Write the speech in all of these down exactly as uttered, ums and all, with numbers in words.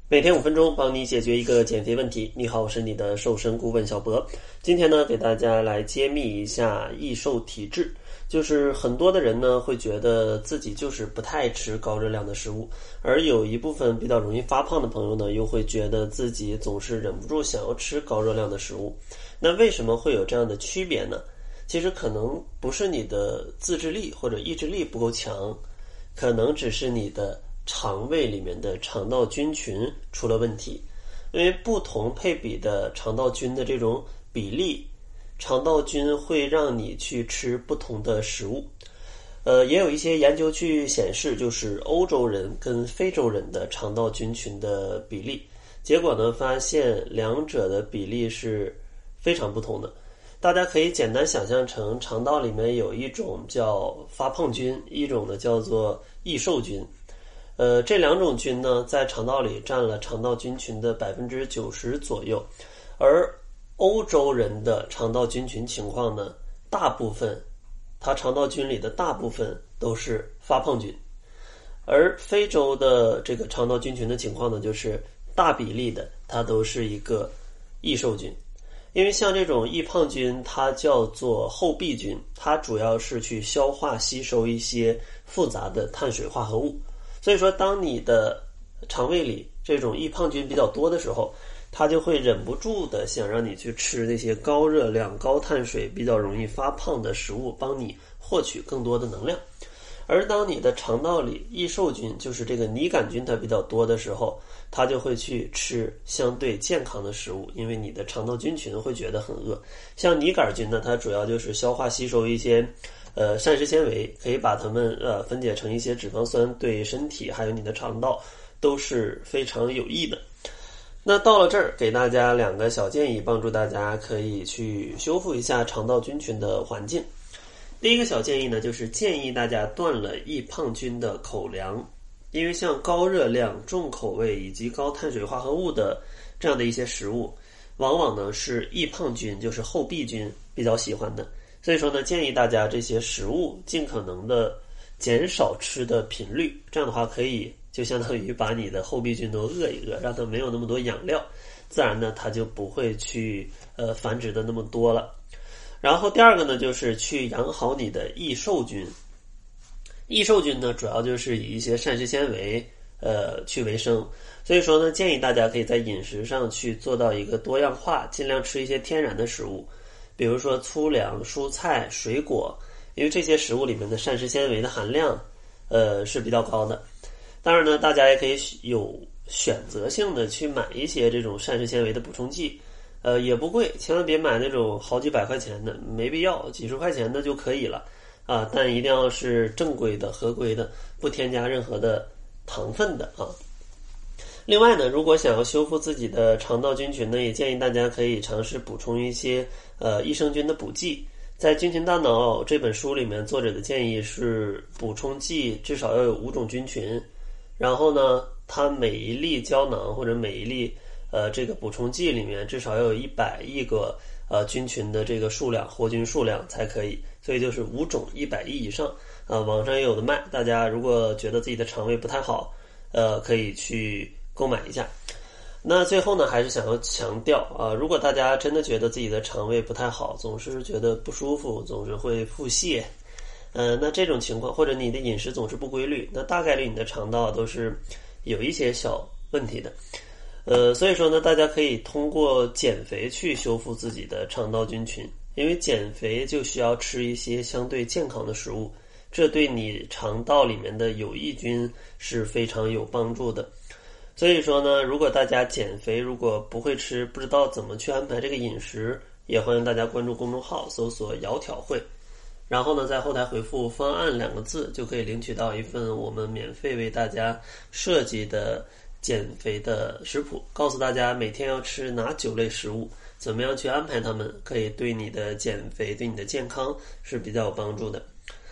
每天五分钟，帮你解决一个减肥问题。你好，我是你的瘦身顾问小博。今天呢，给大家来揭秘一下易瘦体质。就是很多的人呢，会觉得自己就是不太爱吃高热量的食物，而有一部分比较容易发胖的朋友呢，又会觉得自己总是忍不住想要吃高热量的食物。那为什么会有这样的区别呢？其实可能不是你的自制力或者意志力不够强，可能只是你的肠胃里面的肠道菌群出了问题。因为不同配比的肠道菌的这种比例，肠道菌会让你去吃不同的食物。呃，也有一些研究去显示，就是欧洲人跟非洲人的肠道菌群的比例，结果呢，发现两者的比例是非常不同的。大家可以简单想象成肠道里面有一种叫发胖菌，一种呢叫做易瘦菌。呃，这两种菌呢，在肠道里占了肠道菌群的 百分之九十 左右，而欧洲人的肠道菌群情况呢，大部分，它肠道菌里的大部分都是发胖菌，而非洲的这个肠道菌群的情况呢，就是大比例的，它都是一个易瘦菌。因为像这种易胖菌，它叫做厚壁菌，它主要是去消化吸收一些复杂的碳水化合物。所以说，当你的肠胃里这种易胖菌比较多的时候，它就会忍不住的想让你去吃那些高热量、高碳水、比较容易发胖的食物，帮你获取更多的能量。而当你的肠道里易瘦菌，就是这个拟杆菌它比较多的时候，它就会去吃相对健康的食物，因为你的肠道菌群会觉得很饿。像拟杆菌呢，它主要就是消化吸收一些呃膳食纤维，可以把它们呃分解成一些脂肪酸，对身体还有你的肠道都是非常有益的。那到了这儿，给大家两个小建议，帮助大家可以去修复一下肠道菌群的环境。第一个小建议呢，就是建议大家断了易胖菌的口粮。因为像高热量、重口味以及高碳水化合物的这样的一些食物，往往呢是易胖菌，就是厚壁菌比较喜欢的。所以说呢，建议大家这些食物尽可能的减少吃的频率，这样的话可以就相当于把你的厚壁菌都饿一饿，让它没有那么多养料，自然呢它就不会去呃繁殖的那么多了。然后第二个呢，就是去养好你的易瘦菌。易瘦菌呢，主要就是以一些膳食纤维呃去为生，所以说呢，建议大家可以在饮食上去做到一个多样化，尽量吃一些天然的食物，比如说粗粮、蔬菜、水果，因为这些食物里面的膳食纤维的含量呃是比较高的。当然呢，大家也可以有选择性的去买一些这种膳食纤维的补充剂，呃也不贵，千万别买那种好几百块钱的，没必要，几十块钱的就可以了啊，但一定要是正规的、合规的，不添加任何的糖分的啊。另外呢，如果想要修复自己的肠道菌群呢，也建议大家可以尝试补充一些呃益生菌的补剂。在《菌群大脑》这本书里面，作者的建议是补充剂至少要有五种菌群，然后呢，它每一粒胶囊或者每一粒呃这个补充剂里面至少要有一百亿个呃菌群的这个数量，活菌数量才可以。所以就是五种一百亿以上啊，网上也有的卖。大家如果觉得自己的肠胃不太好，呃，可以去购买一下。那最后呢，还是想要强调啊，如果大家真的觉得自己的肠胃不太好，总是觉得不舒服，总是会腹泻，呃，那这种情况，或者你的饮食总是不规律，那大概率你的肠道都是有一些小问题的。呃，所以说呢，大家可以通过减肥去修复自己的肠道菌群。因为减肥就需要吃一些相对健康的食物，这对你肠道里面的有益菌是非常有帮助的。所以说呢，如果大家减肥如果不会吃，不知道怎么去安排这个饮食，也欢迎大家关注公众号搜索窈窕会，然后呢在后台回复方案两个字，就可以领取到一份我们免费为大家设计的减肥的食谱，告诉大家每天要吃哪九类食物，怎么样去安排它们，可以对你的减肥对你的健康是比较有帮助的。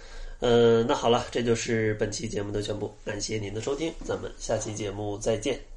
嗯、呃，那好了，这就是本期节目的全部，感谢您的收听，咱们下期节目再见。